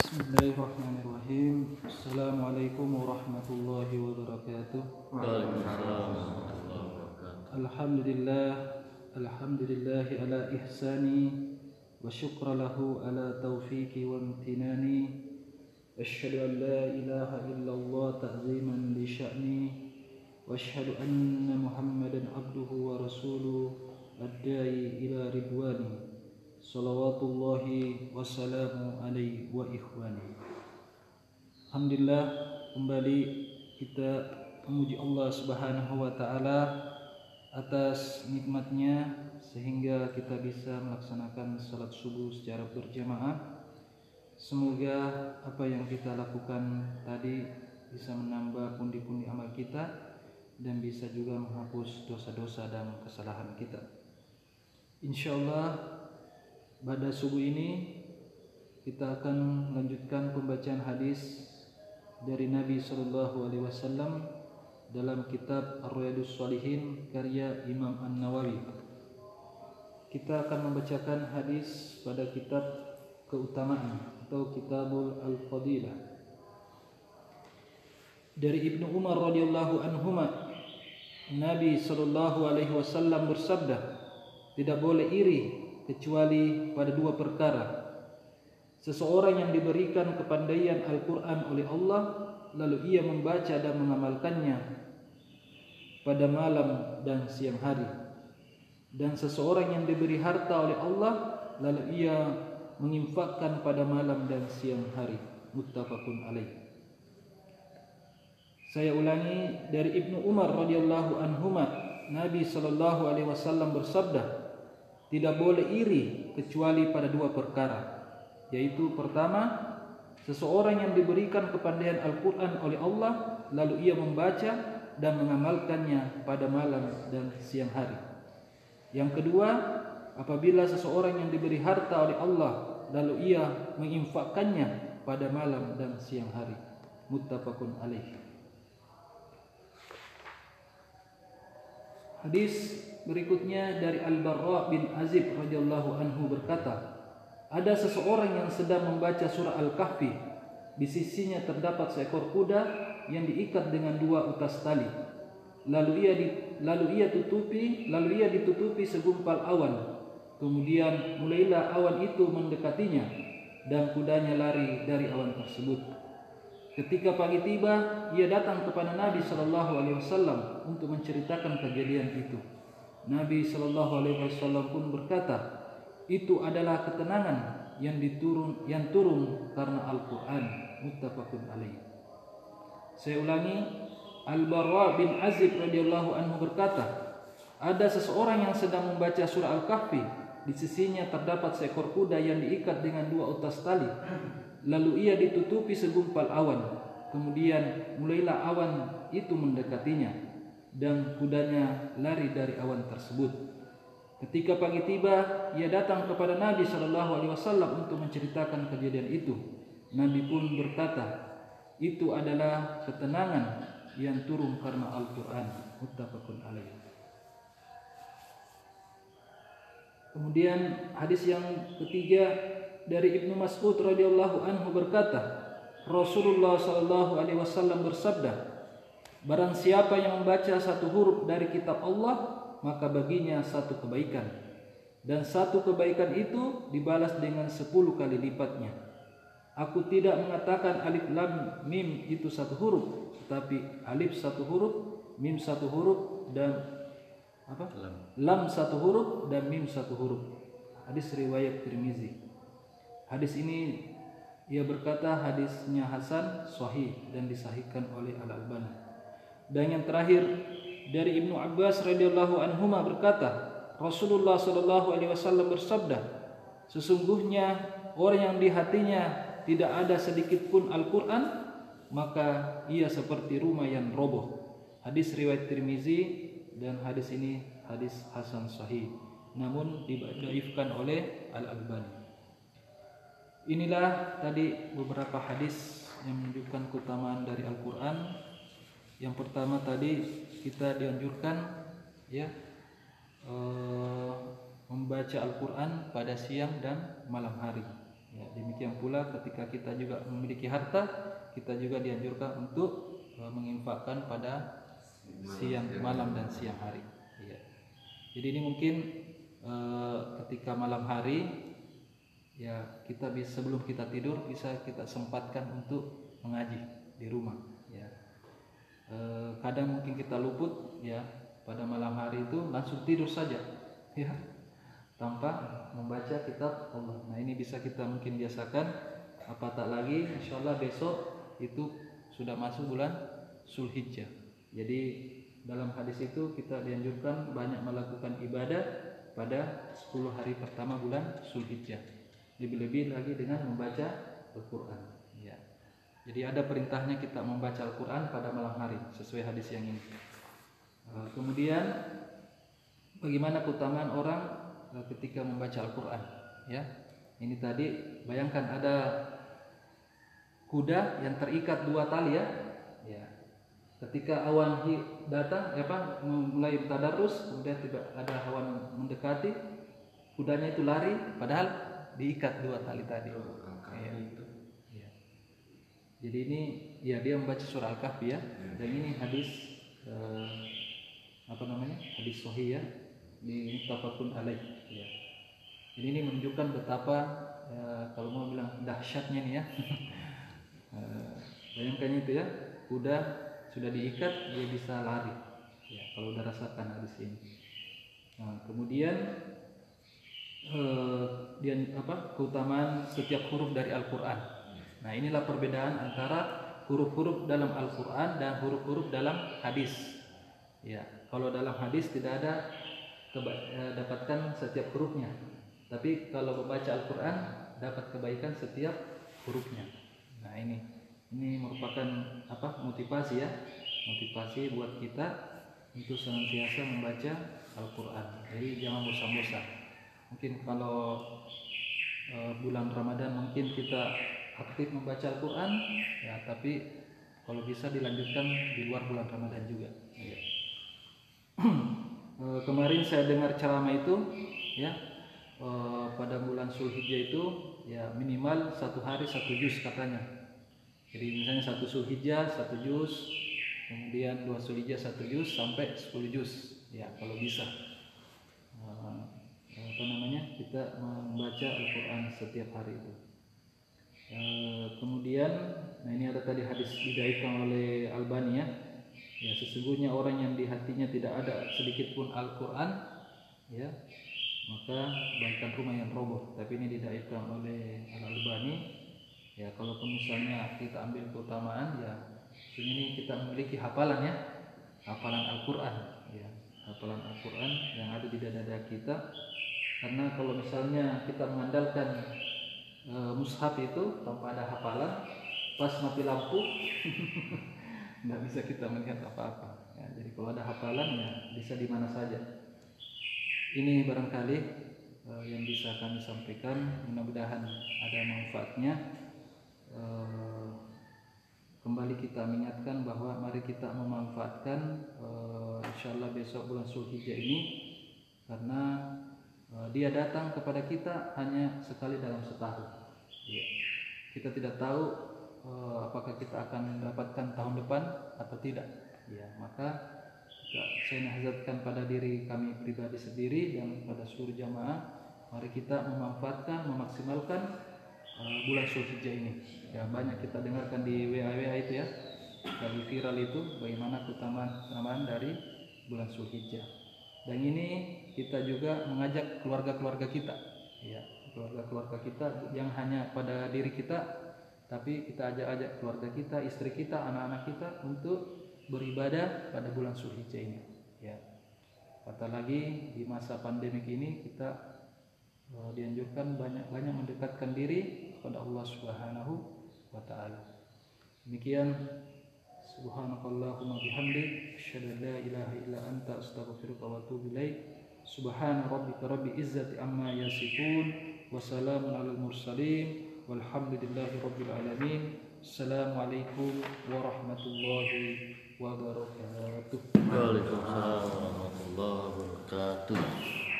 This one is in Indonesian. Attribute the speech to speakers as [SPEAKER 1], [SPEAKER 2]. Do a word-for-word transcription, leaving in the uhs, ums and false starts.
[SPEAKER 1] Bismillahirrahmanirrahim. Assalamualaikum warahmatullahi wabarakatuh.
[SPEAKER 2] Waalaikumsalam warahmatullahi wabarakatuh.
[SPEAKER 1] Alhamdulillah, alhamdulillahi ala ihsani wa syukra lahu ala taufiqi wa imtinani. Asyhadu an la ilaha illallah ta'ziman li sya'ni wa asyhadu anna Muhammadan abduhu wa rasuluh ad-da'i ila ridwani. Salawatullahi wassalamu alaihi wa ikhwani. Alhamdulillah, kembali kita memuji Allah Subhanahu wa taala atas nikmatnya sehingga kita bisa melaksanakan salat subuh secara berjamaah. Semoga apa yang kita lakukan tadi bisa menambah pundi-pundi amal kita dan bisa juga menghapus dosa-dosa dan kesalahan kita. Insyaallah pada subuh ini kita akan melanjutkan pembacaan hadis dari Nabi sallallahu alaihi wasallam dalam kitab Ar-Riyadhus Shalihin karya Imam An-Nawawi. Kita akan membacakan hadis pada kitab keutamaan atau Kitabul Al-Fadilah. Dari Ibnu Umar radhiyallahu anhuma, Nabi sallallahu alaihi wasallam bersabda, tidak boleh iri kecuali pada dua perkara. Seseorang yang diberikan kepandaian Al-Quran oleh Allah, lalu ia membaca dan mengamalkannya pada malam dan siang hari. Dan seseorang yang diberi harta oleh Allah, lalu ia menginfakkan pada malam dan siang hari. Muttafaqun alaih. Saya ulangi, dari Ibnu Umar radhiyallahu anhuma, Nabi sallallahu alaihi wasallam bersabda, tidak boleh iri kecuali pada dua perkara, yaitu pertama, seseorang yang diberikan kepandaian Al-Quran oleh Allah, lalu ia membaca dan mengamalkannya pada malam dan siang hari. Yang kedua, apabila seseorang yang diberi harta oleh Allah, lalu ia menginfakkannya pada malam dan siang hari. Muttafaqun alaih. Hadis berikutnya dari Al-Barra bin Azib radhiyallahu anhu berkata, ada seseorang yang sedang membaca surah Al-Kahfi. Di sisinya terdapat seekor kuda yang diikat dengan dua utas tali. Lalu ia di, lalu ia tutupi, lalu ia ditutupi segumpal awan. Kemudian mulailah awan itu mendekatinya dan kudanya lari dari awan tersebut. Ketika pagi tiba, ia datang kepada Nabi sallallahu alaihi wasallam untuk menceritakan kejadian itu. Nabi sallallahu alaihi wasallam pun berkata, itu adalah ketenangan yang diturun yang turun karena Al-Qur'an. Muttafaqun alaih. Saya ulangi, Al-Barra bin Azib radhiyallahu anhu berkata, ada seseorang yang sedang membaca surah Al-Kahfi. Di sisinya terdapat seekor kuda yang diikat dengan dua utas tali. Lalu ia ditutupi segumpal awan. Kemudian mulailah awan itu mendekatinya dan kudanya lari dari awan tersebut. Ketika pagi tiba, ia datang kepada Nabi sallallahu alaihi wasallam untuk menceritakan kejadian itu. Nabi pun berkata, itu adalah ketenangan yang turun karena Al-Qur'an. Muttafaqun alaih. Kemudian hadis yang ketiga dari Ibnu Mas'ud radhiyallahu anhu berkata, Rasulullah sallallahu alaihi wasallam bersabda, barang siapa yang membaca satu huruf dari kitab Allah, maka baginya satu kebaikan, dan satu kebaikan itu dibalas dengan sepuluh kali lipatnya. Aku tidak mengatakan alif lam mim itu satu huruf, tetapi alif satu huruf, mim satu huruf, dan apa? Lam, lam satu huruf dan mim satu huruf. Hadis riwayat Tirmizi. Hadis ini ia berkata hadisnya hasan, sahih dan disahihkan oleh Al-Albani. Dan yang terakhir dari Ibnu Abbas radhiyallahu anhuma berkata, Rasulullah sallallahu alaihi wasallam bersabda, sesungguhnya orang yang di hatinya tidak ada sedikit pun Al-Qur'an, maka ia seperti rumah yang roboh. Hadis riwayat Tirmizi dan hadis ini hadis hasan sahih, namun didhaifkan oleh Al-Albani. Inilah tadi beberapa hadis yang menunjukkan keutamaan dari Al-Quran. Yang pertama tadi kita dianjurkan ya e, membaca Al-Quran pada siang dan malam hari. Ya, demikian pula ketika kita juga memiliki harta, kita juga dianjurkan untuk uh, menginfakkan pada siang, malam dan siang hari. Ya. Jadi ini mungkin uh, ketika malam hari, ya kita bisa sebelum kita tidur bisa kita sempatkan untuk mengaji di rumah. Ya. Uh, kadang mungkin kita luput, ya pada malam hari itu langsung tidur saja, ya tanpa membaca kitab Allah. Nah ini bisa kita mungkin biasakan. Apa tak lagi, insya Allah besok itu sudah masuk bulan Zulhijjah. Jadi dalam hadis itu kita dianjurkan banyak melakukan ibadah pada sepuluh hari pertama bulan Zulhijjah. Lebih-lebih lagi dengan membaca Al-Quran. Ya. Jadi ada perintahnya kita membaca Al-Quran pada malam hari sesuai hadis yang ini. Kemudian bagaimana keutamaan orang ketika membaca Al-Quran, ya. Ini tadi bayangkan ada kuda yang terikat dua tali, ya. Ya. Ketika awan datang, ya apa, mulai tadarus, kemudian tiba ada awan mendekati, kudanya itu lari, padahal diikat dua tali tadi. Ya. Ya. Jadi ini, ya dia membaca surah Al-Kahfi, ya. Dan ini hadis eh, apa namanya? Hadis sahih, ya. Di muttafaqun alaih, ya. Jadi ini menunjukkan betapa, ya, kalau mau bilang dahsyatnya nih, ya. Bayangkan itu, ya, kuda sudah diikat dia bisa lari, ya, kalau udah rasakan hadis ini. Nah, kemudian eh, dia apa keutamaan setiap huruf dari Al-Quran. Nah inilah perbedaan antara huruf-huruf dalam Al-Quran dan huruf-huruf dalam hadis. Ya, kalau dalam hadis tidak ada Keba- eh, dapatkan setiap hurufnya, tapi kalau membaca Al-Quran dapat kebaikan setiap hurufnya. Nah ini ini merupakan apa motivasi, ya, motivasi buat kita untuk senantiasa membaca Al-Quran. Jadi jangan bosan-bosan. Mungkin kalau eh, bulan Ramadan mungkin kita aktif membaca Al-Quran, ya, tapi kalau bisa dilanjutkan di luar bulan Ramadan juga. Ya. Kemarin saya dengar ceramah itu, ya, eh, pada bulan Zulhijjah itu, ya minimal satu hari satu juz katanya. Jadi misalnya satu Zulhijjah satu juz, kemudian dua Zulhijjah satu juz sampai sepuluh juz, ya kalau bisa. Eh, apa namanya kita membaca Al-Quran setiap hari itu. Eh, kemudian, nah ini ada tadi hadis didaikan oleh Albani, ya. Ya sesungguhnya orang yang di hatinya tidak ada sedikit pun Al-Quran, ya maka bagaikan rumah yang roboh. Tapi ini didaikan oleh Al-Albani. Ya kalaupun misalnya kita ambil keutamaan, ya ini kita memiliki hafalan, ya, hafalan Al-Quran, ya hafalan Al-Quran yang ada di dada kita. Karena kalau misalnya kita mengandalkan e, mushaf itu tanpa ada hafalan, pas mati lampu nggak bisa kita melihat apa-apa, ya. Jadi kalau ada hafalan, ya bisa di mana saja. Ini barangkali uh, yang bisa kami sampaikan. Mudah-mudahan ada manfaatnya. Uh, kembali kita mengingatkan bahwa mari kita memanfaatkan uh, insyaallah besok bulan Zulhijjah ini, karena uh, dia datang kepada kita hanya sekali dalam setahun. Ya. Kita tidak tahu apakah kita akan mendapatkan tahun depan atau tidak, ya maka saya nasihatkan pada diri kami pribadi sendiri dan pada seluruh jamaah, mari kita memanfaatkan, memaksimalkan uh, bulan Zulhijjah ini. Ya banyak kita dengarkan di W A W A itu, ya, lagi viral itu bagaimana keutamaan dari bulan Zulhijjah. Dan ini kita juga mengajak keluarga-keluarga kita, ya keluarga-keluarga kita yang hanya pada diri kita, tapi kita ajak-ajak keluarga kita, istri kita, anak-anak kita untuk beribadah pada bulan Zulhijjah ini. Ya. Kata lagi di masa pandemik ini kita uh, dianjurkan banyak-banyak mendekatkan diri kepada Allah Subhanahu wa taala. Demikian, subhanakallahumma bihamdik, asyhadu an la ilaha illa anta, astaghfiruka wa atubu ilaik. Subhana rabbika rabbil izzati amma yasifun, wa salamun alal mursalin. Walhamdulillahi rabbil alamin. Assalamualaikum warahmatullahi wabarakatuh.
[SPEAKER 2] Waalaikumsalam warahmatullahi wabarakatuh.